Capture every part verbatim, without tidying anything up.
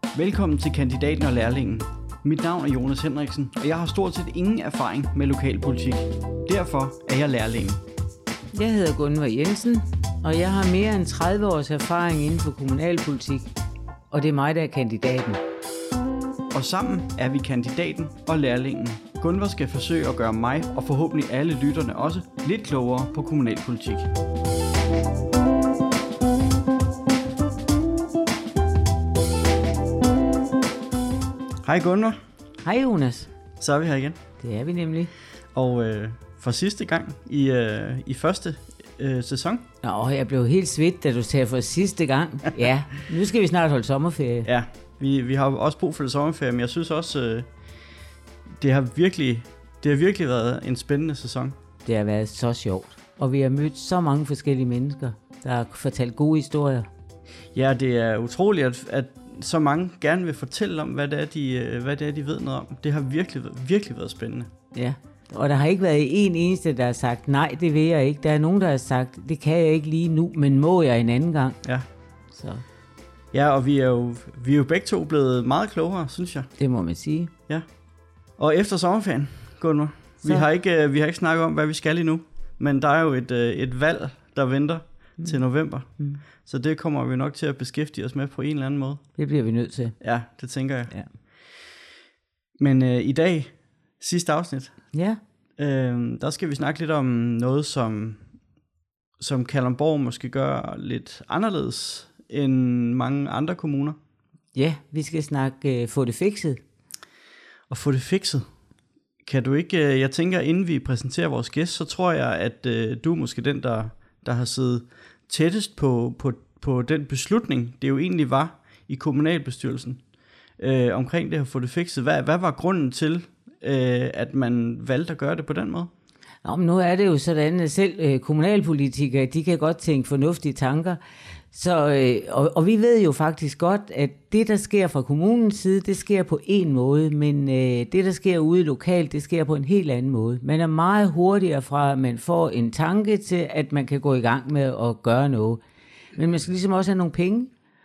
Velkommen til Kandidaten og Lærlingen. Mit navn er Jonas Henriksen, og jeg har stort set ingen erfaring med lokalpolitik. Derfor er jeg lærlingen. Jeg hedder Gunvar Jensen, og jeg har mere end tredive års erfaring inden for kommunalpolitik, og det er mig, der er kandidaten. Og sammen er vi kandidaten og lærlingen. Gunvar skal forsøge at gøre mig, og forhåbentlig alle lytterne også, lidt klogere på kommunalpolitik. Hej Gunvar. Hej Jonas. Så er vi her igen. Det er vi nemlig. Og øh, for sidste gang i, øh, i første øh, sæson. Nå, jeg blev helt svedt, da du sagde for sidste gang. Ja, nu skal vi snart holde sommerferie. Ja, vi, vi har også brug for det sommerferie, men jeg synes også, øh, det, har virkelig, det har virkelig været en spændende sæson. Det har været så sjovt, og vi har mødt så mange forskellige mennesker, der har fortalt gode historier. Ja, det er utroligt, at, at så mange gerne vil fortælle om, hvad det er, de, hvad det er, de ved noget om. Det har virkelig, virkelig været spændende. Ja, og der har ikke været en eneste, der har sagt, nej, det vil jeg ikke. Der er nogen, der har sagt, det kan jeg ikke lige nu, men må jeg en anden gang. Ja. Så. Ja, og vi er, jo, vi er jo begge to blevet meget klogere, synes jeg. Det må man sige. Ja. Og efter sommerferien, Gunvar, vi har ikke, vi har ikke snakket om, hvad vi skal endnu, men der er jo et, et valg, der venter mm. til november. Mm. Så det kommer vi nok til at beskæftige os med på en eller anden måde. Det bliver vi nødt til. Ja, det tænker jeg. Ja. Men øh, i dag, sidste afsnit, ja. øh, der skal vi snakke lidt om noget, som, som Kalundborg måske gør lidt anderledes end mange andre kommuner. Ja, vi skal snakke øh, få det fikset. Og få det fikset. Kan du ikke, øh, jeg tænker, inden vi præsenterer vores gæst, så tror jeg, at øh, du er måske den, der, der har siddet tættest på, på, på den beslutning, det jo egentlig var i kommunalbestyrelsen, øh, omkring det at få det fikset. Hvad, hvad var grunden til, øh, at man valgte at gøre det på den måde? Nå, men nu er det jo sådan, at selv øh, kommunalpolitikere, de kan godt tænke fornuftige tanker. Så, øh, og, og vi ved jo faktisk godt, at det, der sker fra kommunens side, det sker på en måde, men øh, det, der sker ude lokalt, det sker på en helt anden måde. Man er meget hurtigere fra, at man får en tanke til, at man kan gå i gang med at gøre noget. Men man skal ligesom også have nogle penge.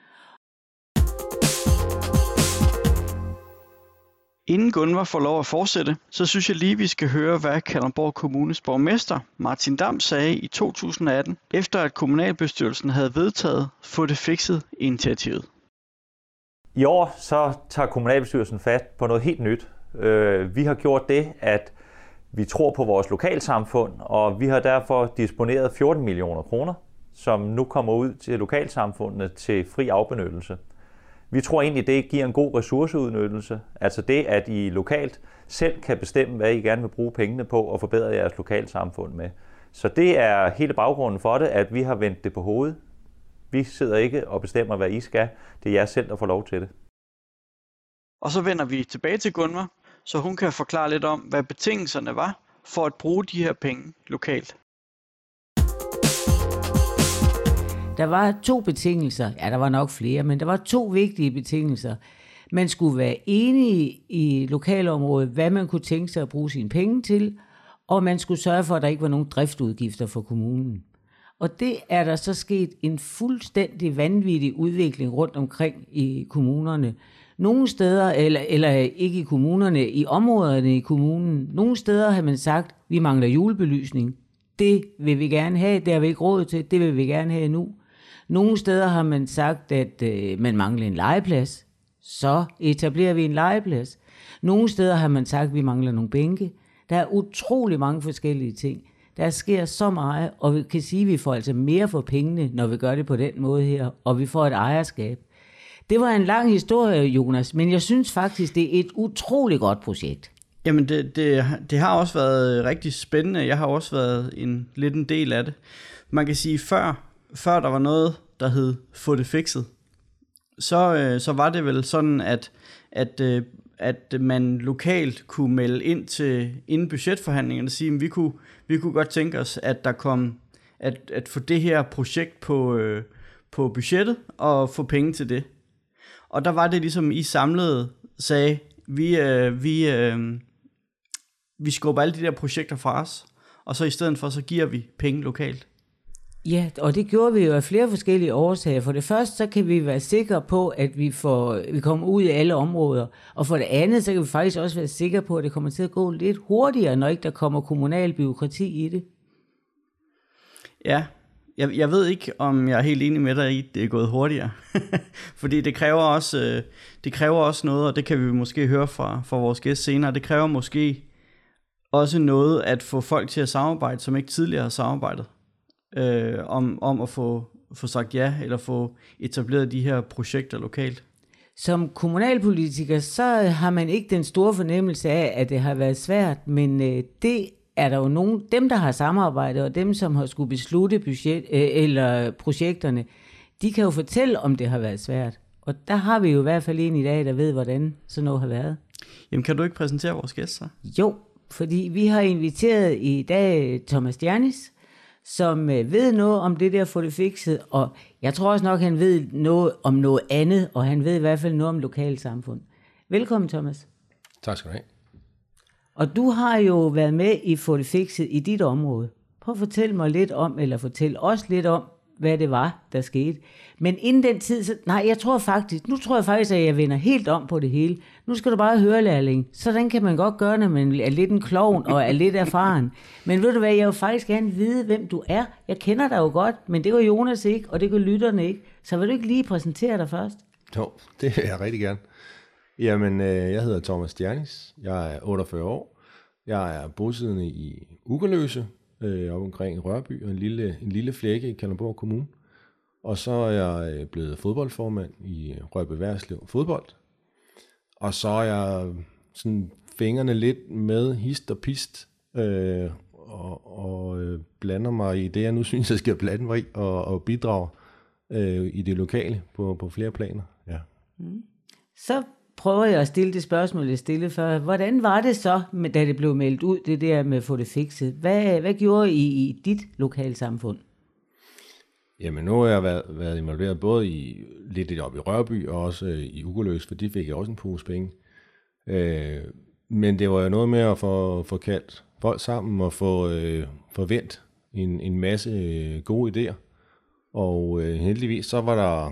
Inden Gunvar får lov at fortsætte, så synes jeg lige, vi skal høre, hvad Kalundborg Kommunes borgmester Martin Damm sagde i to tusind atten, efter at kommunalbestyrelsen havde vedtaget få det fikset initiativet. I år så tager kommunalbestyrelsen fat på noget helt nyt. Vi har gjort det, at vi tror på vores lokalsamfund, og vi har derfor disponeret fjorten millioner kroner, som nu kommer ud til lokalsamfundene til fri afbenyttelse. Vi tror egentlig, det giver en god ressourceudnyttelse, altså det, at I lokalt selv kan bestemme, hvad I gerne vil bruge pengene på og forbedre jeres lokalsamfund med. Så det er hele baggrunden for det, at vi har vendt det på hovedet. Vi sidder ikke og bestemmer, hvad I skal. Det er jer selv, der får lov til det. Og så vender vi tilbage til Gunvar, så hun kan forklare lidt om, hvad betingelserne var for at bruge de her penge lokalt. Der var to betingelser, ja, der var nok flere, men der var to vigtige betingelser. Man skulle være enige i lokalområdet, hvad man kunne tænke sig at bruge sine penge til, og man skulle sørge for, at der ikke var nogen driftsudgifter for kommunen. Og det er der så sket en fuldstændig vanvittig udvikling rundt omkring i kommunerne. Nogle steder, eller, eller ikke i kommunerne, i områderne i kommunen, nogle steder har man sagt, vi mangler julebelysning. Det vil vi gerne have, det har vi ikke råd til, det vil vi gerne have nu. Nogle steder har man sagt, at øh, man mangler en legeplads. Så etablerer vi en legeplads. Nogle steder har man sagt, at vi mangler nogle bænke. Der er utrolig mange forskellige ting. Der sker så meget, og vi kan sige, at vi får altså mere for pengene, når vi gør det på den måde her, og vi får et ejerskab. Det var en lang historie, Jonas, men jeg synes faktisk, det er et utrolig godt projekt. Jamen, det, det, det har også været rigtig spændende. Jeg har også været en, lidt en del af det. Man kan sige, før, før der var noget, der hed få det fikset, så, øh, så var det vel sådan, at, at, øh, at man lokalt kunne melde ind til inden budgetforhandlingerne og sige, at vi kunne, vi kunne godt tænke os, at der kom at, at få det her projekt på, øh, på budgettet og få penge til det. Og der var det ligesom, I samlede sagde, vi, øh, vi, øh, vi skubber alle de der projekter fra os, og så i stedet for, så giver vi penge lokalt. Ja, og det gjorde vi jo af flere forskellige årsager. For det første, så kan vi være sikre på, at vi, får, vi kommer ud i alle områder. Og for det andet, så kan vi faktisk også være sikre på, at det kommer til at gå lidt hurtigere, når ikke der kommer kommunal bureaukrati i det. Ja, jeg, jeg ved ikke, om jeg er helt enig med dig i, at det er gået hurtigere. Fordi det kræver, også, det kræver også noget, og det kan vi måske høre fra, fra vores gæst senere. Det kræver måske også noget at få folk til at samarbejde, som ikke tidligere har samarbejdet. Øh, om, om at få, få sagt ja, eller få etableret de her projekter lokalt. Som kommunalpolitiker, så har man ikke den store fornemmelse af, at det har været svært, men øh, det er der jo nogen, dem der har samarbejdet, og dem som har skulle beslutte budget, øh, eller projekterne, de kan jo fortælle, om det har været svært. Og der har vi jo i hvert fald en i dag, der ved, hvordan sådan noget har været. Jamen kan du ikke præsentere vores gæster? Jo, fordi vi har inviteret i dag Thomas Djernis, som ved noget om det der at få det fikset, og jeg tror også nok, han ved noget om noget andet, og han ved i hvert fald noget om lokalsamfund. Velkommen, Thomas. Tak skal du have. Og du har jo været med i Få det fikset i dit område. Prøv at fortælle mig lidt om, eller fortæl os lidt om, hvad det var, der skete. Men inden den tid, så, nej, jeg tror faktisk, nu tror jeg faktisk, at jeg vender helt om på det hele. Nu skal du bare høre, lærling. Sådan kan man godt gøre, når man er lidt en klovn og er lidt erfaren. Men ved du hvad, jeg vil faktisk gerne vide, hvem du er. Jeg kender dig jo godt, men det gør Jonas ikke, og det gør lytterne ikke. Så vil du ikke lige præsentere dig først? Jo, det vil jeg rigtig gerne. Jamen, jeg hedder Thomas Djernis. Jeg er otteogfyrre år. Jeg er bosiddende i Ugerløse, op omkring Rørby, og en lille, en lille flække i Kalundborg Kommune. Og så er jeg blevet fodboldformand i Rørby Værslev Fodbold. Og så er jeg sådan fingrene lidt med hist og pist, øh, og, og øh, blander mig i det, jeg nu synes, jeg skal blande mig i, og, og bidrage øh, i det lokale på, på flere planer. Ja. Mm. Så prøver jeg at stille det spørgsmål, jeg stillede før. Hvordan var det så, da det blev meldt ud, det der med at få det fikset? Hvad, hvad gjorde I i dit lokalsamfund? Jamen, nu har jeg været, været involveret både i lidt oppe i Rørby og også øh, i Ugerløs, for de fik jeg også en pose penge. Øh, men det var jo noget med at få, få kaldt folk sammen og få øh, forventet en, en masse øh, gode idéer. Og øh, heldigvis så var der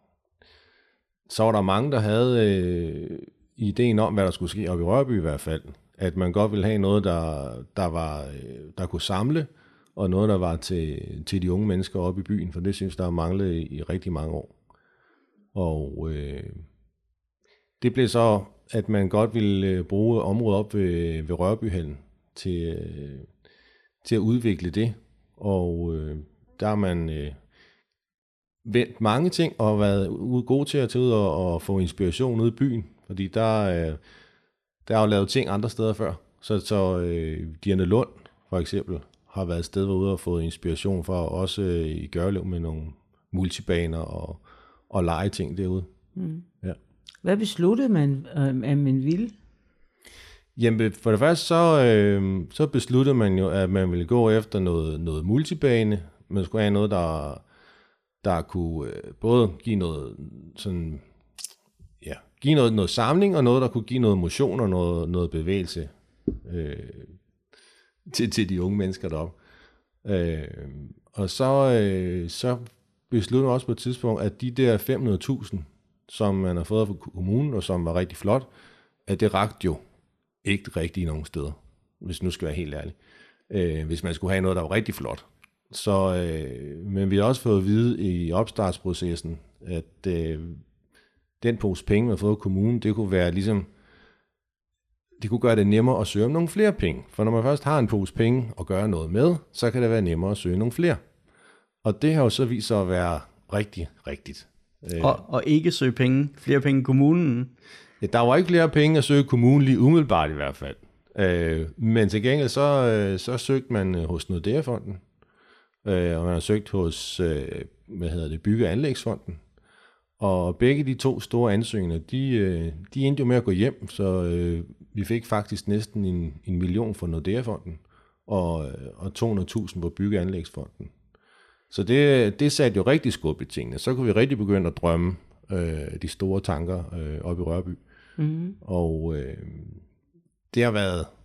så var der mange, der havde øh, ideen om, hvad der skulle ske oppe i Rørby i hvert fald. At man godt ville have noget, der, der, var, øh, der kunne samle, og noget, der var til, til de unge mennesker oppe i byen, for det synes der har manglet i, i rigtig mange år. Og øh, det blev så, at man godt ville bruge området op ved, ved Rørbyhallen til, øh, til at udvikle det. Og øh, der har man øh, vendt mange ting og været gode til at tage ud og, og få inspiration ude i byen, fordi der, øh, der er jo lavet ting andre steder før. Så, så øh, Diana Lund for eksempel har været et sted, hvor ude og fået inspiration fra, også øh, i Gørlev med nogle multibaner og, og legeting derude. Mm. Ja. Hvad besluttede man, øh, at man ville? Jamen, for det første, så, øh, så besluttede man jo, at man ville gå efter noget, noget multibane. Man skulle have noget, der, der kunne øh, både give noget, sådan, ja, give noget, noget samling, og noget, der kunne give noget motion og noget, noget bevægelse øh, til, til de unge mennesker deroppe. Øh, og så, øh, så besluttede man også på et tidspunkt, at de der fem hundrede tusind, som man har fået fra kommunen, og som var rigtig flot, at det rakte jo ikke rigtigt nogen steder, hvis nu skal være helt ærlig. Øh, hvis man skulle have noget, der var rigtig flot. Så, øh, men vi har også fået at vide i opstartsprocessen, at øh, den pose penge, man har fået af kommunen, det kunne være ligesom, det kunne gøre det nemmere at søge om nogle flere penge. For når man først har en pose penge at gøre noget med, så kan det være nemmere at søge nogle flere. Og det har jo så vist sig at være rigtig, rigtigt. Og, og ikke søge penge, flere penge i kommunen. Ja, der var ikke flere penge at søge kommunen lige umiddelbart i hvert fald. Øh, men til gengæld så, øh, så søgte man hos Nordea-fonden, øh, og man har søgt hos øh, hvad hedder det, Bygge- og Anlægsfonden. Og begge de to store ansøgninger, de, øh, de endte jo med at gå hjem, så øh, vi fik faktisk næsten en, en million fra Nordea-fonden, og, og to hundrede tusind på Bygge- og Anlægsfonden. Så det, det satte jo rigtig skub i tingene. Så kunne vi rigtig begynde at drømme øh, de store tanker øh, oppe i Rørby. Mm-hmm. Og øh, det har været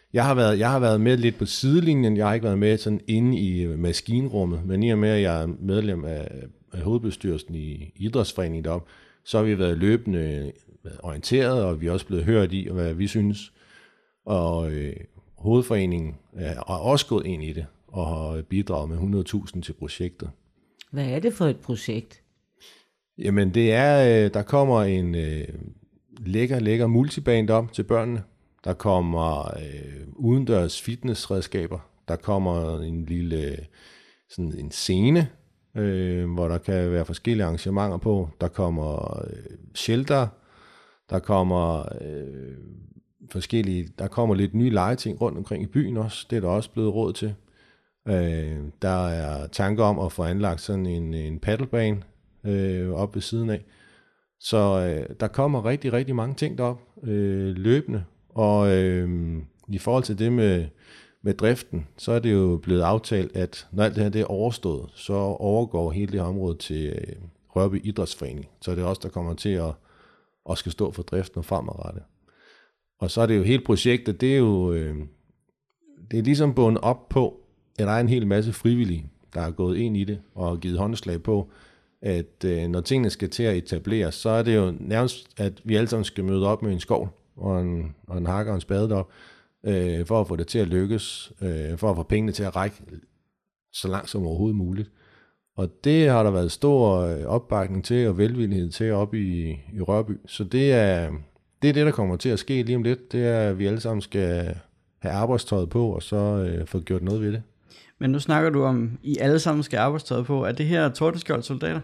Jeg har, været, jeg har været med lidt på sidelinjen, jeg har ikke været med sådan inde i maskinrummet, men i og med, at jeg er medlem af, af hovedbestyrelsen i idrætsforeningen deroppe, så har vi været løbende orienteret, og vi er også blevet hørt i, hvad vi synes. Og øh, hovedforeningen er også gået ind i det, og har bidraget med hundrede tusind til projektet. Hvad er det for et projekt? Jamen det er, øh, der kommer en øh, lækker, lækker multiband op til børnene. Der kommer øh, udendørs fitnessredskaber. Der kommer en lille sådan en scene, øh, hvor der kan være forskellige arrangementer på. Der kommer øh, shelter. Der kommer øh, forskellige. Der kommer lidt nye legeting rundt omkring i byen også. Det er der også blevet råd til. Øh, der er tanker om at få anlagt sådan en, en paddlebane øh, op ved siden af. Så øh, der kommer rigtig, rigtig mange ting derop øh, løbende. Og øh, i forhold til det med, med driften, så er det jo blevet aftalt, at når alt det her det er overstået, så overgår hele det her område til øh, Rørby Idrætsforening. Så er det også der kommer til at, at skal stå for driften og fremadrettet. Og så er det jo hele projektet, det er jo øh, det er ligesom bundet op på, at der er en hel masse frivillige, der er gået ind i det og givet håndslag på, at øh, når tingene skal til at etableres, så er det jo nærmest, at vi alle sammen skal møde op med en skål og en, og en hakke og en spade derop, øh, for at få det til at lykkes, øh, for at få pengene til at række så langt som overhovedet muligt. Og det har der været stor opbakning til og velvillighed til op i, i Rørby. Så det er, det er det, der kommer til at ske lige om lidt. Det er, at vi alle sammen skal have arbejdstøjet på, og så øh, få gjort noget ved det. Men nu snakker du om, I alle sammen skal arbejdstøjet på. Er det her Tordenskjold soldater?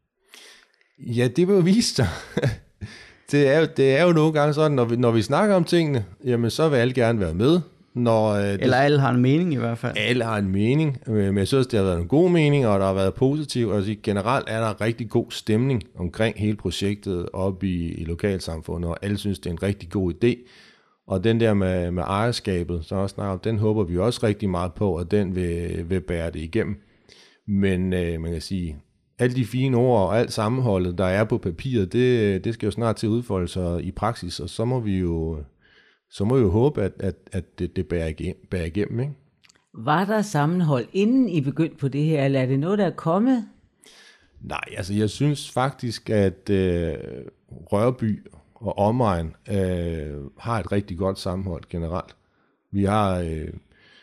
Ja, det vil jo vise sig. det, er jo, det er jo nogle gange sådan, når vi, når vi snakker om tingene, jamen så vil alle gerne være med. Når, øh, det, Eller alle har en mening i hvert fald. Alle har en mening, men jeg synes, det har været en god mening, og der har været positivt. Altså, generelt er der rigtig god stemning omkring hele projektet op i, i lokalsamfundet, og alle synes, det er en rigtig god idé. Og den der med, med ejerskabet, så også snart, den håber vi også rigtig meget på, at den vil, vil bære det igennem. Men øh, man kan sige, alle de fine ord og alt sammenholdet, der er på papiret, det, det skal jo snart til at udfolde sig i praksis, og så må vi jo, så må vi jo håbe, at, at, at det, det bærer igennem, bærer igennem, ikke? Var der sammenhold, inden I begyndte på det her, eller er det noget, der er kommet? Nej, altså jeg synes faktisk, at øh, Rørby og omegn øh, har et rigtig godt sammenhold generelt. Vi har, øh, øh,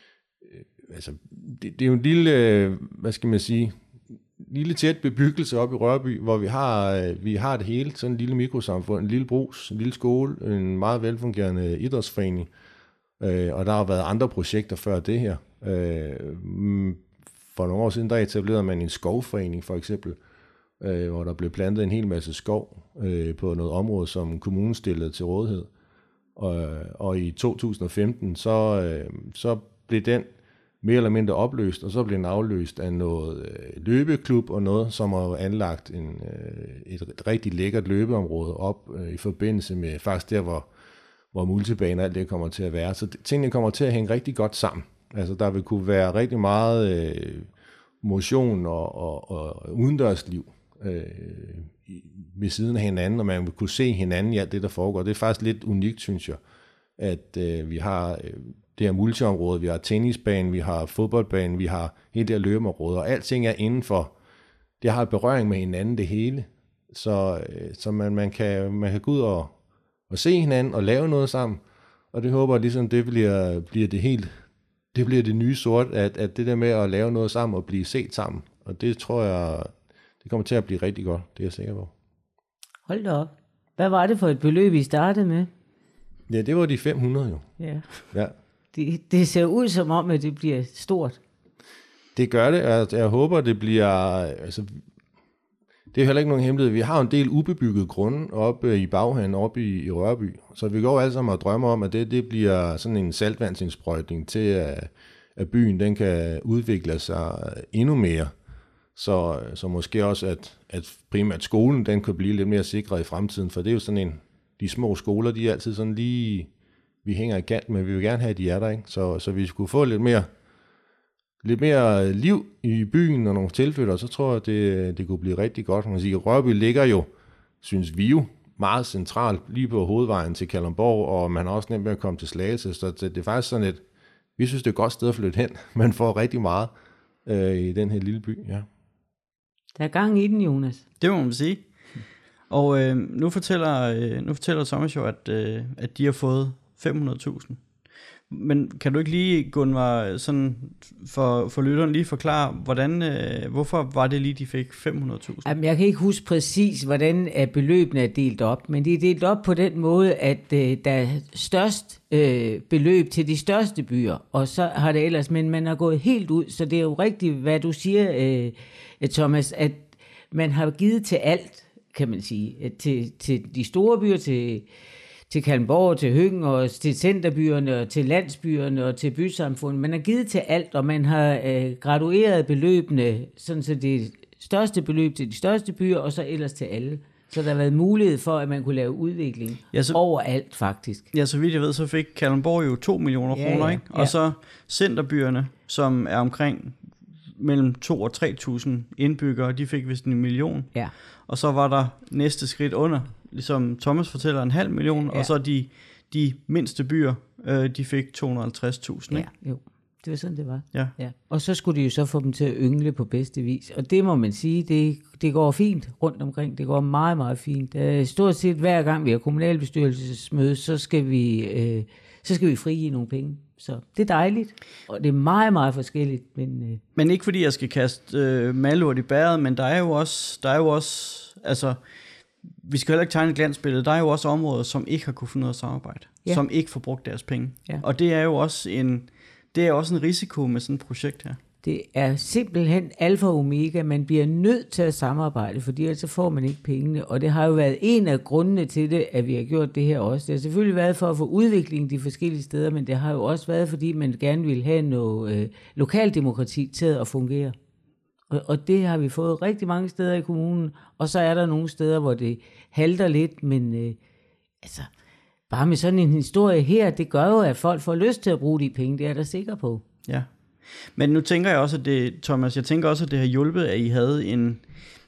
altså, det, det er jo en lille, øh, hvad skal man sige, lille tæt bebyggelse op i Rørby, hvor vi har, øh, vi har det hele, sådan en lille mikrosamfund, en lille brus, en lille skole, en meget velfungerende idrætsforening, øh, og der har været andre projekter før det her. Øh, for nogle år siden, der etablerede man en skovforening for eksempel, Øh, hvor der blev plantet en hel masse skov øh, på noget område, som kommunen stillede til rådighed. Og, og i to tusind og femten, så, øh, så blev den mere eller mindre opløst, og så blev den afløst af noget øh, løbeklub og noget, som har anlagt en, øh, et, et rigtig lækkert løbeområde op øh, i forbindelse med faktisk der, hvor, hvor multibaner alt det kommer til at være. Så det, tingene kommer til at hænge rigtig godt sammen. Altså der vil kunne være rigtig meget øh, motion og, og, og udendørsliv Øh, ved siden af hinanden, og man vil kunne se hinanden i alt det, der foregår. Det er faktisk lidt unikt, synes jeg, at øh, vi har øh, det her multiområde, vi har tennisbanen, vi har fodboldbanen, vi har hele det her løbeområde, og alting er indenfor. Det har berøring med hinanden, det hele. Så, øh, så man, man, kan, man kan gå ud og, og se hinanden og lave noget sammen, og det håber jeg ligesom, det bliver, bliver det helt, det bliver det nye sort, at, at det der med at lave noget sammen og blive set sammen, og det tror jeg, det kommer til at blive rigtig godt, det er jeg sikker på. Hold da op. Hvad var det for et beløb, I startede med? Ja, det var de fem hundrede jo. Ja. Ja. Det, det ser ud som om, at det bliver stort. Det gør det, og jeg håber, det bliver... Altså, det er heller ikke nogen hemmelighed. Vi har en del ubebygget grunde oppe i baghaven, oppe i, i Rørby. Så vi går alle sammen og drømmer om, at det, det bliver sådan en saltvandsindsprøjtning til, at, at byen den kan udvikle sig endnu mere. Så, så måske også, at, at primært skolen, den kan blive lidt mere sikret i fremtiden, for det er jo sådan en, de små skoler, de er altid sådan lige, vi hænger i kant, men vi vil gerne have, at de er der, ikke? Så, så vi skulle få lidt mere, lidt mere liv i byen og nogle tilflyttere, så tror jeg, det, det kunne blive rigtig godt. Man kan sige, Rørby ligger jo, synes vi jo, meget centralt, lige på hovedvejen til Kalundborg, og man har også nemt ved at komme til Slagelse, så det er faktisk sådan et, vi synes, det er et godt sted at flytte hen. Man får rigtig meget øh, i den her lille by, ja. Der er gang i den, Jonas. Det må man sige. Og øh, nu, fortæller, øh, nu fortæller Thomas jo, at, øh, at de har fået fem hundrede tusind. Men kan du ikke lige, Gunvar, sådan for, for lytteren lige forklare, hvordan, øh, hvorfor var det lige, de fik fem hundrede tusind? Jamen, jeg kan ikke huske præcis, hvordan beløbene er delt op, men de er delt op på den måde, at øh, der er størst øh, beløb til de største byer, og så har det ellers, men man har gået helt ud, så det er jo rigtigt, hvad du siger, øh, Thomas, at man har givet til alt, kan man sige, til, til de store byer, til... til Kalundborg, til Høng, og til centerbyerne, og til landsbyerne, og til bysamfundet. Man har givet til alt, og man har øh, gradueret beløbene, sådan så det største beløb til de største byer, og så ellers til alle. Så der har været mulighed for, at man kunne lave udvikling ja, så, overalt, faktisk. Ja, så vidt jeg ved, så fik Kalundborg jo to millioner ja, kroner, ja, ikke? Og ja. så centerbyerne, som er omkring mellem to og tre tusind indbyggere, de fik vist en million. Ja. Og så var der næste skridt under, ligesom Thomas fortæller, en halv million, ja. Og så de, de mindste byer, øh, de fik to hundrede og halvtreds tusind. Ja, jo. Det var sådan, det var. Ja. Ja. Og så skulle de jo så få dem til at yngle på bedste vis. Og det må man sige, det, det går fint rundt omkring. Det går meget, meget fint. Uh, stort set hver gang vi har kommunalbestyrelsesmøde, så skal vi, øh, så skal vi frigive nogle penge. Så det er dejligt, og det er meget, meget forskelligt. Men, øh. men ikke fordi jeg skal kaste øh, malurt i bæret, men der er jo også, der er jo også, altså, vi skal heller ikke tegne et glansbillede, der er jo også områder, som ikke har kunnet finde noget samarbejde, ja. Som ikke får brugt deres penge. Ja. Og det er jo også en, det er også en risiko med sådan et projekt her. Det er simpelthen alfa og omega. Man bliver nødt til at samarbejde, fordi ellers får man ikke pengene. Og det har jo været en af grundene til det, at vi har gjort det her også. Det har selvfølgelig været for at få udvikling de forskellige steder, men det har jo også været, fordi man gerne vil have noget øh, lokaldemokrati til at fungere. Og, og det har vi fået rigtig mange steder i kommunen. Og så er der nogle steder, hvor det halter lidt, men øh, altså, bare med sådan en historie her, det gør jo, at folk får lyst til at bruge de penge. Det er jeg da sikker på. Ja. Men nu tænker jeg også, at det, Thomas, jeg tænker også, at det har hjulpet, at I havde en,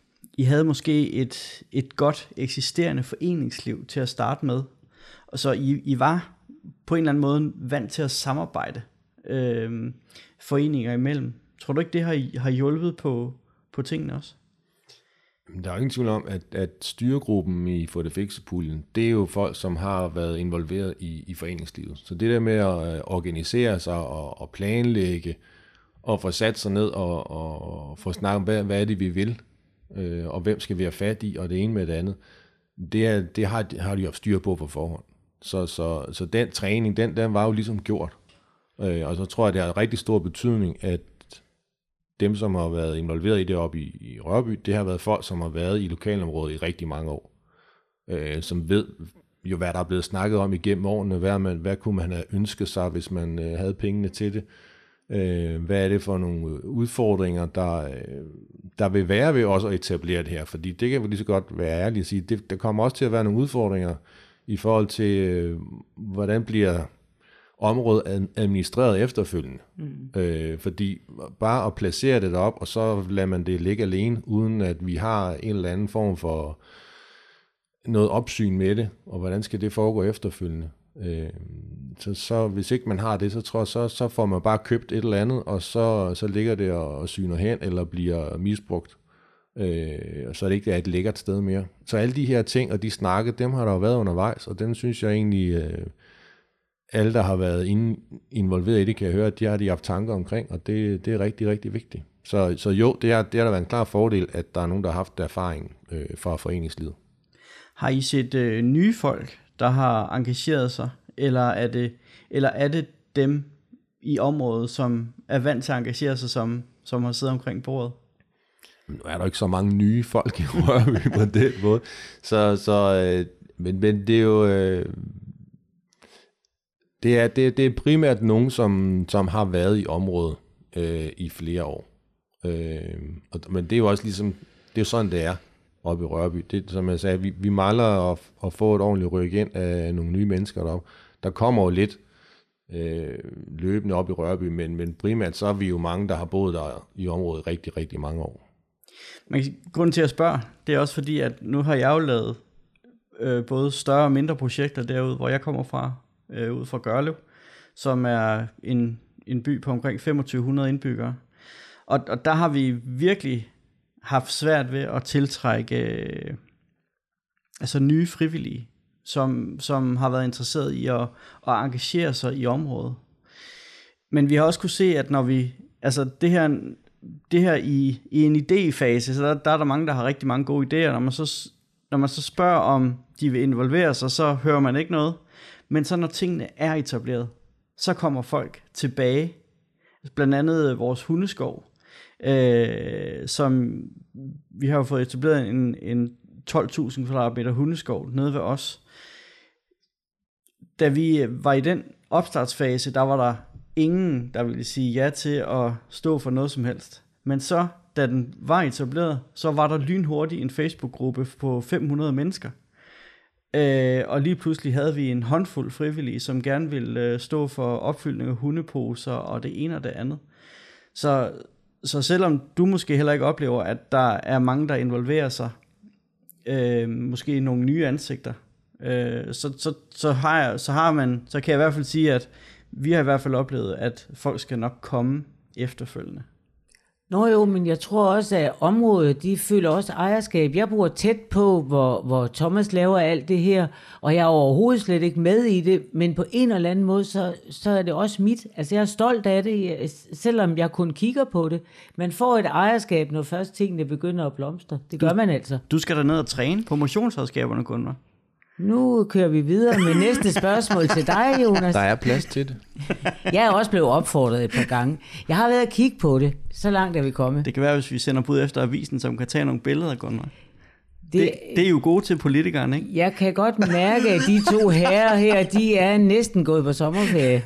I havde måske et, et godt eksisterende foreningsliv til at starte med. Og så I, I var på en eller anden måde vant til at samarbejde øh, foreninger imellem. Tror du ikke, det har, har hjulpet på, på tingene også? Der er jo ingen tvivl om, at, at styregruppen i Få det fikset-puljen, det er jo folk, som har været involveret i, i foreningslivet. Så det der med at organisere sig og, og planlægge og få sat sig ned og, og få snakket om, hvad, hvad er det, vi vil, øh, og hvem skal vi have fat i, og det ene med det andet, det, er, det har, har de haft styr på på forhånd. Så, så, så den træning, den, den var jo ligesom gjort. Øh, og så tror jeg, det har rigtig stor betydning, at dem, som har været involveret i det oppe i, i Rørby, det har været folk, som har været i lokalområdet i rigtig mange år. Øh, som ved jo, hvad der er blevet snakket om igennem årene. Hvad, man, hvad kunne man have ønsket sig, hvis man øh, havde pengene til det? Øh, hvad er det for nogle udfordringer, der, øh, der vil være ved også at etablere det her? Fordi det kan vi lige så godt være ærlige at sige. Det, der kommer også til at være nogle udfordringer i forhold til, øh, hvordan bliver området administreret efterfølgende. Mm. Øh, fordi bare at placere det derop, og så lader man det ligge alene, uden at vi har en eller anden form for noget opsyn med det, og hvordan skal det foregå efterfølgende. Øh, så, så hvis ikke man har det, så tror jeg, så, så får man bare købt et eller andet, og så, så ligger det og, og syner hen, eller bliver misbrugt. Øh, og så er det ikke det er et lækkert sted mere. Så alle de her ting, og de snakke, dem har der jo været undervejs, og dem synes jeg egentlig... Øh, alle, der har været involveret i det, kan jeg høre, at de har de haft tanker omkring, og det, det er rigtig, rigtig vigtigt. Så, så jo, det har det der været en klar fordel, at der er nogen, der har haft erfaring øh, fra foreningslivet. Har I set øh, nye folk, der har engageret sig, eller er det, eller er det dem i området, som er vant til at engagere sig, som, som har siddet omkring bordet? Nu er der ikke så mange nye folk i Rørby på den måde, så, så, øh, men, men det er jo... Øh, Det er, det, det er primært nogen, som, som har været i området øh, i flere år. Øh, og, men det er jo også ligesom, det er jo sådan, det er oppe i Rørby. Det, som jeg sagde, vi, vi mangler at, at få et ordentligt ryk ind af nogle nye mennesker deroppe. Der kommer jo lidt øh, løbende op i Rørby, men, men primært så er vi jo mange, der har boet der i området rigtig, rigtig mange år. Men grunden til at spørge, det er også fordi, at nu har jeg jo lavet øh, både større og mindre projekter derude, hvor jeg kommer fra, øh, ud fra Gørlev, som er en, en by på omkring femogtyve hundrede indbyggere. Og, og der har vi virkelig haft svært ved at tiltrække øh, altså nye frivillige, som, som har været interesseret i at, at engagere sig i området. Men vi har også kunne se, at når vi, altså det her, det her i, i en idéfase, så der, der er der mange, der har rigtig mange gode idéer. Når man, så, når man så spørger, om de vil involvere sig, så hører man ikke noget. Men så når tingene er etableret, så kommer folk tilbage. Blandt andet vores hundeskov, øh, som vi har jo fået etableret en, en tolv tusind kvadratmeter hundeskov nede ved os. Da vi var i den opstartsfase, der var der ingen, der ville sige ja til at stå for noget som helst. Men så, da den var etableret, så var der lynhurtigt en Facebook-gruppe på fem hundrede mennesker. Øh, og lige pludselig havde vi en håndfuld frivillige, som gerne ville øh, stå for opfyldning af hundeposer og det ene og det andet. Så, så selvom du måske heller ikke oplever, at der er mange, der involverer sig, øh, måske nogle nye ansigter, øh, så, så, så, har jeg, så har man, så kan jeg i hvert fald sige, at vi har i hvert fald oplevet, at folk skal nok komme efterfølgende. Nå jo, men jeg tror også, at området, de føler også ejerskab. Jeg bor tæt på, hvor, hvor Thomas laver alt det her, og jeg er overhovedet slet ikke med i det, men på en eller anden måde, så, så er det også mit. Altså jeg er stolt af det, selvom jeg kun kigger på det. Man får et ejerskab, når først tingene begynder at blomstre. Det gør du, man altså. Du skal da ned og træne på motionsredskaberne, Gunvar. Nu kører vi videre med næste spørgsmål til dig, Jonas. Der er plads til det. Jeg er også blevet opfordret et par gange. Jeg har været at kigge på det. Så langt er vi kommet. Det kan være, hvis vi sender bud efter avisen, som kan tage nogle billeder, Gunvar. Det, det, det er jo gode til politikerne, ikke? Jeg kan godt mærke, at de to herrer her, de er næsten gået på sommerferie.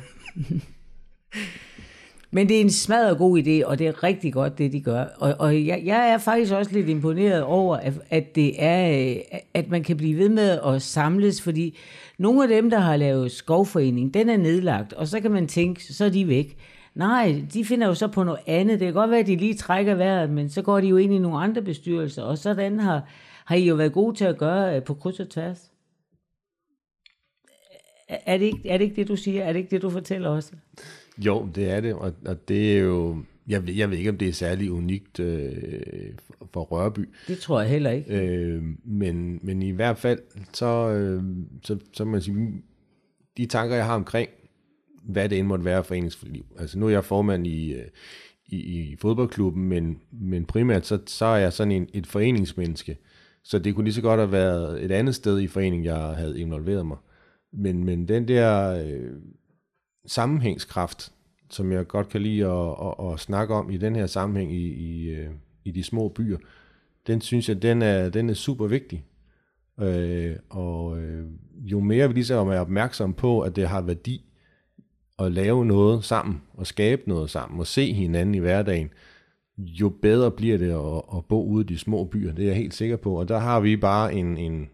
Men det er en smadret god idé, og det er rigtig godt, det de gør. Og, og jeg, jeg er faktisk også lidt imponeret over, at, at, det er, at man kan blive ved med at samles, fordi nogle af dem, der har lavet skovforening, den er nedlagt, og så kan man tænke, så er de væk. Nej, de finder jo så på noget andet. Det kan godt være, at de lige trækker vejret, men så går de jo ind i nogle andre bestyrelser, og sådan har, har I jo været gode til at gøre på kryds og tværs. Er det, ikke, er det ikke det, du siger? Er det ikke det, du fortæller også? Jo, det er det, og, og det er jo, jeg ved, jeg ved ikke, om det er særlig unikt øh, for Rørby. Det tror jeg heller ikke. Øh, men, men i hvert fald, så, øh, så, så man sige, de tanker, jeg har omkring, hvad det end måtte være foreningsliv. Altså nu er jeg formand i, i, i fodboldklubben, men, men primært så, så er jeg sådan en, et foreningsmenneske. Så det kunne lige så godt have været et andet sted i foreningen, jeg havde involveret mig. Men, men den der øh, sammenhængskraft, som jeg godt kan lide at, at, at snakke om i den her sammenhæng i, i, i de små byer, den synes jeg, den er, den er super vigtig. Øh, og øh, jo mere vi ligesom er opmærksom på, at det har værdi at lave noget sammen, og skabe noget sammen, og se hinanden i hverdagen, jo bedre bliver det at, at bo ude i de små byer. Det er jeg helt sikker på. Og der har vi bare en, en,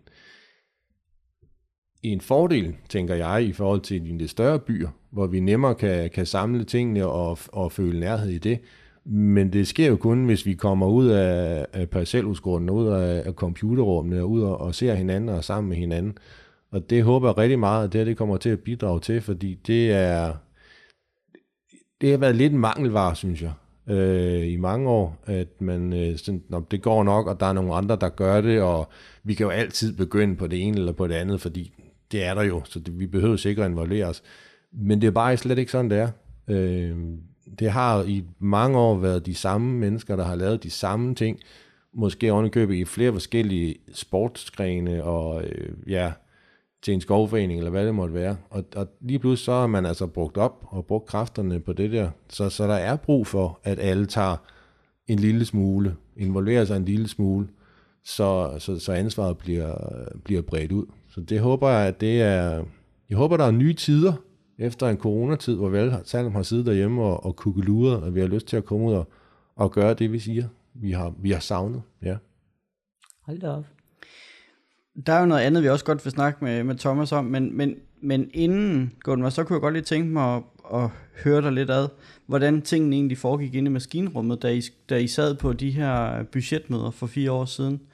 en fordel, tænker jeg, i forhold til de lidt større byer, hvor vi nemmere kan, kan samle tingene og, og føle nærhed i det. Men det sker jo kun, hvis vi kommer ud af, af parcelhusgrunden, ud af, af computerrummene, og ud og, og ser hinanden og er sammen med hinanden. Og det håber jeg rigtig meget, at det, det kommer til at bidrage til, fordi det er det har været lidt en mangelvare, synes jeg, øh, i mange år, at man øh, sådan, nå, det går nok, og der er nogle andre, der gør det, og vi kan jo altid begynde på det ene eller på det andet, fordi det er der jo, så det, vi behøver sikkert at involvere os. Men det er bare slet ikke sådan, det er. Øh, det har i mange år været de samme mennesker, der har lavet de samme ting, måske ovenikøbet i flere forskellige sportsgrene, og øh, ja, til en skovforening, eller hvad det måtte være. Og, og lige pludselig så har man altså brugt op, og brugt kræfterne på det der. Så, så der er brug for, at alle tager en lille smule, involverer sig en lille smule, så, så, så ansvaret bliver, bliver bredt ud. Så det håber jeg, at det er, jeg håber, der er nye tider, efter en coronatid, hvor vi alle sammen har siddet derhjemme og, og kukkeluret, og vi har lyst til at komme ud og, og gøre det, vi siger, vi har, vi har savnet. Ja. Hold da op. Der er jo noget andet, vi også godt vil snakke med, med Thomas om, men, men, men inden, Gunvar, så kunne jeg godt lige tænke mig at, at høre dig lidt ad, hvordan tingene egentlig foregik inde i maskinrummet, da I, da I sad på de her budgetmøder for fire år siden.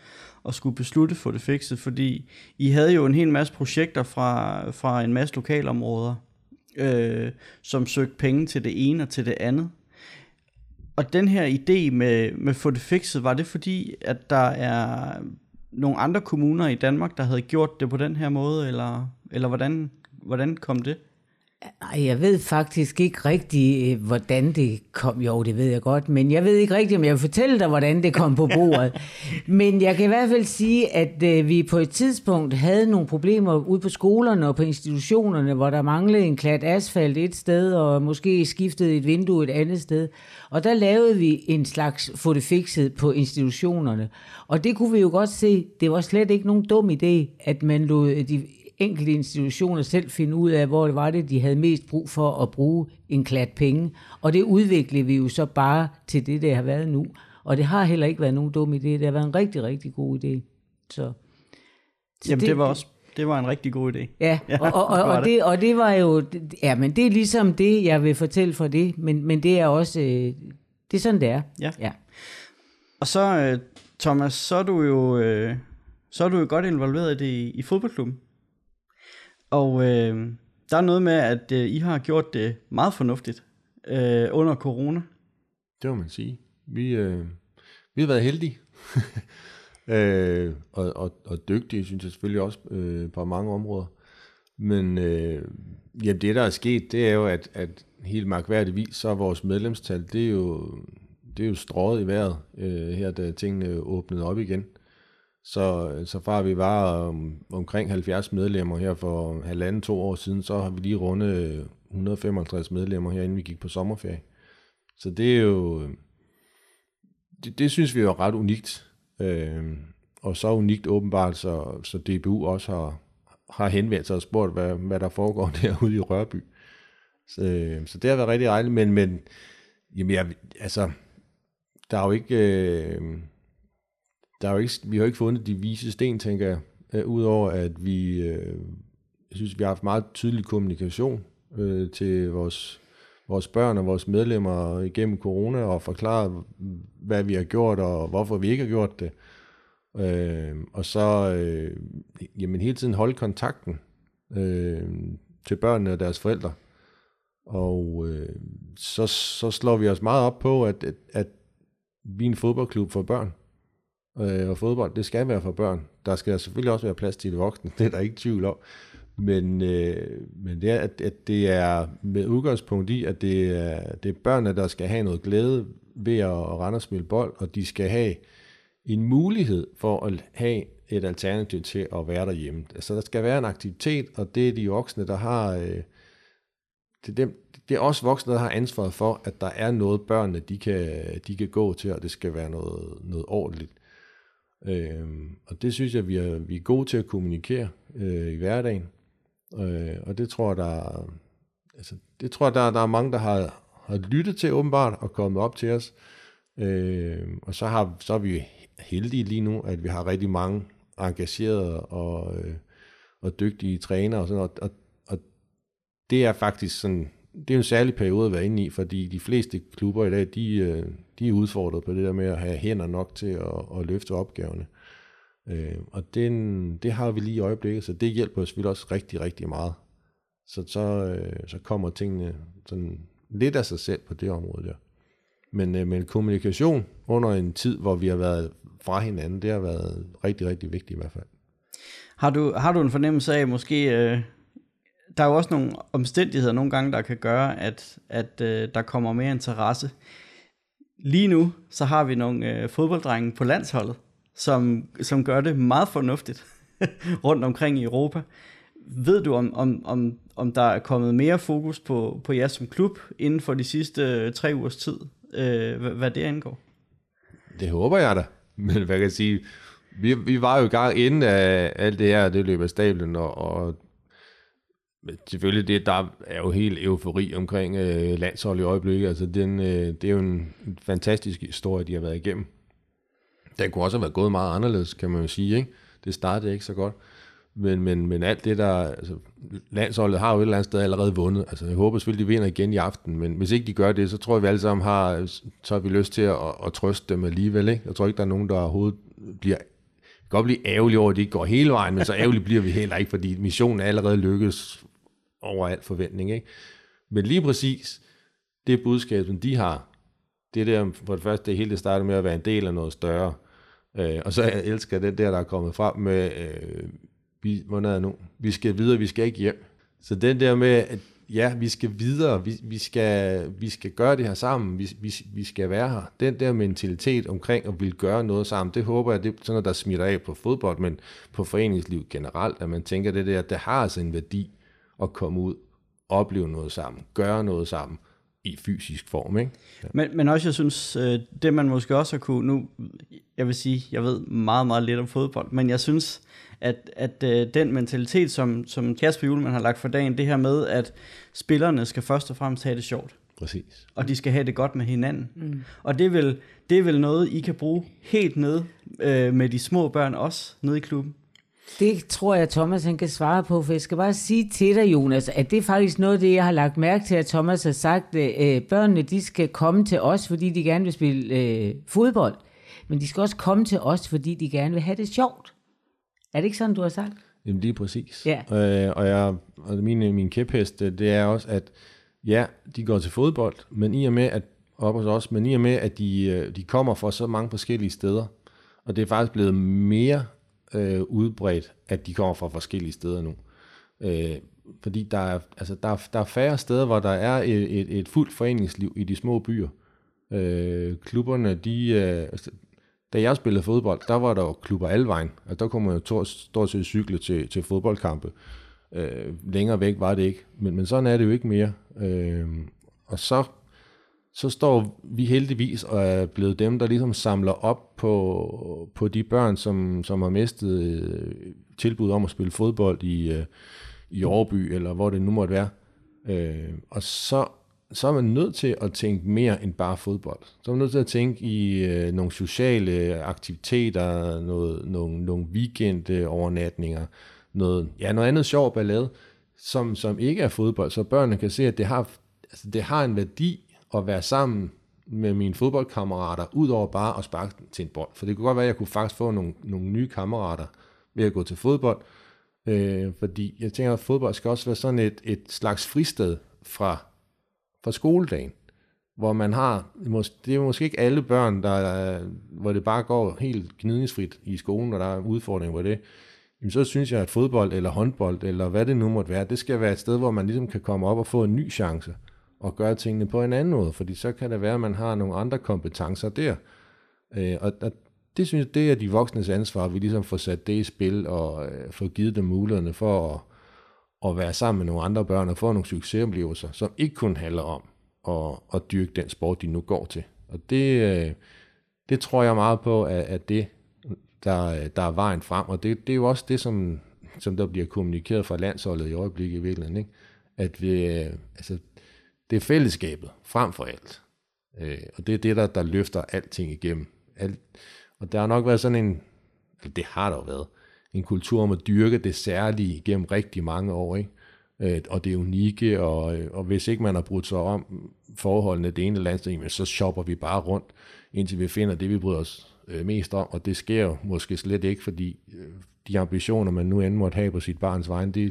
at skulle beslutte for det fikset, fordi I havde jo en hel masse projekter fra, fra en masse lokalområder, øh, som søgte penge til det ene og til det andet. Og den her idé med, med få det fikset, var det fordi, at der er nogle andre kommuner i Danmark, der havde gjort det på den her måde, eller, eller hvordan, hvordan kom det? Nej, jeg ved faktisk ikke rigtig, hvordan det kom. Jo, det ved jeg godt, men jeg ved ikke rigtig, om jeg vil fortælle dig, hvordan det kom på bordet. Men jeg kan i hvert fald sige, at øh, vi på et tidspunkt havde nogle problemer ude på skolerne og på institutionerne, hvor der manglede en klat asfalt et sted, og måske skiftede et vindue et andet sted. Og der lavede vi en slags få det fikset på institutionerne. Og det kunne vi jo godt se, det var slet ikke nogen dum idé, at man lod de enkelte institutioner selv finde ud af, hvor det var det, de havde mest brug for at bruge en klat penge. Og det udviklede vi jo så bare til det, der har været nu. Og det har heller ikke været nogen dum idé. Det har været en rigtig, rigtig god idé. Så, så Jamen det, det var også det var en rigtig god idé. Ja, ja og, og, og, og, det, og det var jo, ja, men det er ligesom det, jeg vil fortælle fra det, men, men det er også, det er sådan, det er. Ja. Ja. Og så, Thomas, så er du jo, så er du jo godt involveret i det i, i fodboldklubben. Og øh, der er noget med, at øh, I har gjort det meget fornuftigt øh, under corona. Det må man sige. Vi, øh, vi har været heldige. øh, og, og, og dygtige, synes jeg selvfølgelig også, øh, på mange områder. Men øh, jamen det, der er sket, det er jo, at, at helt mærkværdigvis, så er vores medlemstal, det er jo, det er jo strøget i vejret, øh, her da tingene åbnede op igen. Så, så far vi var um, omkring halvfjerds medlemmer her for halvanden, to år siden, så har vi lige rundet et hundrede og femoghalvtreds medlemmer her, inden vi gik på sommerferie. Så det er jo, det, det synes vi er ret unikt. Øh, og så unikt åbenbart, så, så D B U også har, har henvendt sig og spurgt, hvad, hvad der foregår derude i Rørby. Så, så det har været rigtig dejligt, men, men jamen jeg, altså, der er jo ikke... Øh, Der er jo ikke, vi har jo ikke fundet de vise sten, tænker jeg, øh, udover at vi, øh, jeg synes, vi har haft meget tydelig kommunikation øh, til vores, vores børn og vores medlemmer igennem corona, og forklaret, hvad vi har gjort, og hvorfor vi ikke har gjort det. Øh, og så øh, jamen, hele tiden holde kontakten øh, til børnene og deres forældre. Og øh, så, så slår vi os meget op på, at, at, at vi er en fodboldklub for børn. Og fodbold, det skal være for børn. Der skal selvfølgelig også være plads til de voksne, det er der ikke tvivl om. Men, øh, men det er, at, at det er med udgangspunkt i, at det er, det er børnene, der skal have noget glæde ved at rende og spille bold, og de skal have en mulighed for at have et alternativ til at være derhjemme. Altså der skal være en aktivitet, og det er de voksne, der har... Øh, det, er dem, det er også voksne, der har ansvaret for, at der er noget, børnene de kan, de kan gå til, og det skal være noget, noget ordentligt. Øhm, og det synes jeg, vi er, vi er gode til at kommunikere øh, i hverdagen. Øh, og det tror jeg, der, altså, det tror jeg, der, der er mange, der har, har lyttet til åbenbart og kommet op til os. Øh, og så, har, så er vi heldige lige nu, at vi har rigtig mange engagerede og, øh, og dygtige trænere og sådan noget. Og, og det er faktisk sådan, det er en særlig periode at være inde i, fordi de fleste klubber i dag, de, de er udfordret på det der med at have hænder nok til at, at løfte opgaverne. Og den, det har vi lige i øjeblikket, så det hjælper os selvfølgelig også rigtig, rigtig meget. Så, så, så kommer tingene sådan lidt af sig selv på det område der. Men, men kommunikation under en tid, hvor vi har været fra hinanden, det har været rigtig, rigtig vigtigt i hvert fald. Har du, har du en fornemmelse af måske... Øh Der er jo også nogle omstændigheder nogle gange, der kan gøre, at, at øh, der kommer mere interesse. Lige nu, så har vi nogle øh, fodbolddrenge på landsholdet, som, som gør det meget fornuftigt rundt omkring i Europa. Ved du, om, om, om, om der er kommet mere fokus på, på jer som klub inden for de sidste øh, tre ugers tid, øh, hvad, hvad det angår? Det håber jeg da. Men hvad kan jeg sige, vi, vi var jo i gang inden af alt det her, det løb af stablen, og, og selvfølgelig, det, der er jo helt eufori omkring øh, landshold i øjeblikket. Altså, den, øh, det er jo en, en fantastisk historie, de har været igennem. Den kunne også have været gået meget anderledes, kan man jo sige, ikke? Det startede ikke så godt. Men, men, men alt det der... Altså, landsholdet har jo et eller andet sted allerede vundet. Altså, jeg håber selvfølgelig, de vinder igen i aften. Men hvis ikke de gør det, så tror jeg, vi alle sammen har... Så har vi lyst til at, at trøste dem alligevel, ikke? Jeg tror ikke, der er nogen, der overhovedet bliver godt blive ærgerlige over, at det ikke går hele vejen, men så ærgerligt bliver vi heller ikke, fordi missionen er allerede lykkes over al forventning. Ikke? Men lige præcis det budskab, som de har, det der, for det første, det hele det starter med at være en del af noget større. Øh, og så jeg elsker det der, der er kommet frem med, øh, vi, hvornår er nu? Vi skal videre, vi skal ikke hjem. Så den der med, at ja, vi skal videre, vi, vi, skal, vi skal gøre det her sammen, vi, vi, vi skal være her. Den der mentalitet omkring at ville gøre noget sammen, det håber jeg, det er sådan noget, der smitter af på fodbold, men på foreningsliv generelt, at man tænker det der, det har altså en værdi at komme ud, opleve noget sammen, gøre noget sammen i fysisk form, ikke? Ja. Men, men også, jeg synes, det man måske også har kunne, nu, jeg vil sige, jeg ved meget, meget lidt om fodbold, men jeg synes, at, at den mentalitet, som, som Kasper Hjulmand har lagt for dagen, det her med, at spillerne skal først og fremmest have det sjovt. Præcis. Og de skal have det godt med hinanden. Mm. Og det er, vel, det er vel noget, I kan bruge helt ned øh, med de små børn også, nede i klubben. Det tror jeg, Thomas han kan svare på, for jeg skal bare sige til dig, Jonas, at det er faktisk noget af det, jeg har lagt mærke til, at Thomas har sagt, at øh, børnene de skal komme til os, fordi de gerne vil spille øh, fodbold, men de skal også komme til os, fordi de gerne vil have det sjovt. Er det ikke sådan, du har sagt? Jamen lige præcis. Ja. Øh, og jeg, og min, min kæphest, det er også, at ja, de går til fodbold, men i og med, at op hos os, men i og med, at de, de kommer fra så mange forskellige steder, og det er faktisk blevet mere øh, udbredt, at de kommer fra forskellige steder nu. Øh, fordi der er, altså, der, er, der er færre steder, hvor der er et, et, et fuldt foreningsliv i de små byer. Øh, klubberne, de... Øh, Da jeg spillede fodbold, der var der jo klubber alle vejen. Altså, der kunne man jo stort set cykle til, til fodboldkampe. Øh, længere væk var det ikke. Men, men sådan er det jo ikke mere. Øh, og så, så står vi heldigvis og er blevet dem, der ligesom samler op på, på de børn, som, som har mistet øh, tilbud om at spille fodbold i, øh, i Aarhus, eller hvor det nu måtte være. Øh, og så så er man nødt til at tænke mere end bare fodbold. Så er man nødt til at tænke i øh, nogle sociale aktiviteter, noget, nogle, nogle weekendovernatninger, noget, ja, noget andet sjov ballade, som, som ikke er fodbold, så børnene kan se, at det har, altså, det har en værdi at være sammen med mine fodboldkammerater, ud over bare at sparke til en bold. For det kunne godt være, at jeg kunne faktisk få nogle, nogle nye kammerater ved at gå til fodbold, øh, fordi jeg tænker, at fodbold skal også være sådan et, et slags fristed fra fra skoledagen, hvor man har, det er måske ikke alle børn, der, hvor det bare går helt gnidningsfrit i skolen, og der er udfordringer på det, jamen så synes jeg, at fodbold eller håndbold, eller hvad det nu måtte være, det skal være et sted, hvor man ligesom kan komme op og få en ny chance, og gøre tingene på en anden måde, fordi så kan det være, at man har nogle andre kompetencer der. Og, og det synes jeg, det er de voksnes ansvar, at vi ligesom får sat det i spil, og øh, får givet dem mulighederne for at at være sammen med nogle andre børn og få nogle succesoplevelser, som ikke kun handler om at, at dyrke den sport, de nu går til. Og det, det tror jeg meget på, at, at det, der, der er vejen frem, og det, det er jo også det, som, som der bliver kommunikeret fra landsholdet i øjeblikket i virkeligheden, ikke? At vi, altså, det er fællesskabet frem for alt. Og det er det, der, der løfter alting igennem. Alt, og der har nok været sådan en, det har der jo været, en kultur om at dyrke det særlige gennem rigtig mange år, ikke? Øh, og det unikke, og, og hvis ikke man har brudt sig om forholdene det ene eller andet sted, så shopper vi bare rundt, indtil vi finder det, vi bryder os øh, mest om, og det sker jo måske slet ikke, fordi øh, de ambitioner, man nu end måtte have på sit barns vejen, det,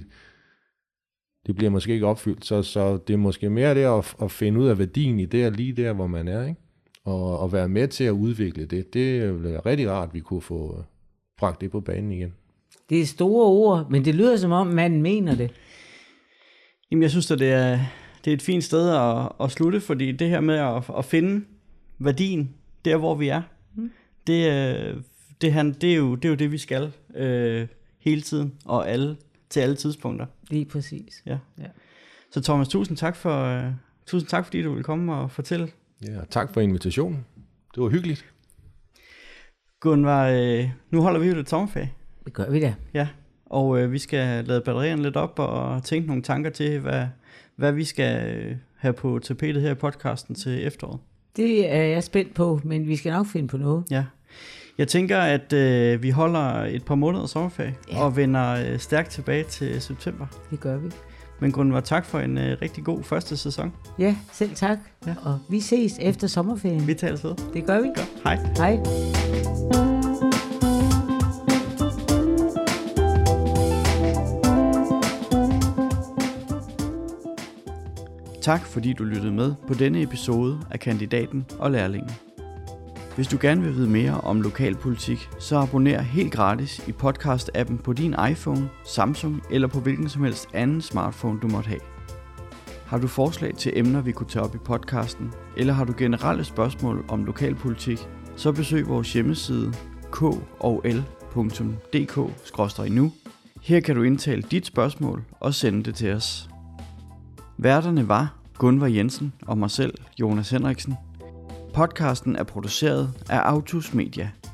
det bliver måske ikke opfyldt, så, så det er måske mere det at, at finde ud af værdien i det, og lige der, hvor man er, ikke? Og, og være med til at udvikle det, det vil være rigtig rart, at vi kunne få bragt det på banen igen. Det er store ord, men det lyder som om, manden mener det. Jamen, jeg synes, at det er, det er et fint sted at, at slutte, fordi det her med at, at finde værdien, der hvor vi er, mm. det, det, han, det, er jo, det er jo det, vi skal øh, hele tiden, og alle, til alle tidspunkter. Lige præcis. Ja. Ja. Så Thomas, tusind tak, for, uh, tusind tak, fordi du ville komme og fortælle. Ja, tak for invitationen. Det var hyggeligt. Gunvar, øh, nu holder vi jo lidt sommerferie. Det gør vi da. Ja, og øh, vi skal lade batterierne lidt op og tænke nogle tanker til, hvad, hvad vi skal øh, have på tapetet her i podcasten til efteråret. Det er jeg spændt på, men vi skal nok finde på noget. Ja. Jeg tænker, at øh, vi holder et par måneder sommerferie, ja. og vender øh, stærkt tilbage til september. Det gør vi. Men Gunvar, tak for en øh, rigtig god første sæson. Ja, selv tak. Ja. Og vi ses efter sommerferien. Vi tales ved. Det gør vi. Godt. Hej. Hej. Tak fordi du lyttede med på denne episode af Kandidaten og Lærlingen. Hvis du gerne vil vide mere om lokalpolitik, så abonner helt gratis i podcast-appen på din iPhone, Samsung eller på hvilken som helst anden smartphone du måtte have. Har du forslag til emner, vi kunne tage op i podcasten, eller har du generelle spørgsmål om lokalpolitik, så besøg vores hjemmeside k o l punktum d k skråstreg nu. Her kan du indtale dit spørgsmål og sende det til os. Værterne var Gunvar Jensen og mig selv, Jonas Henriksen. Podcasten er produceret af Autus Media.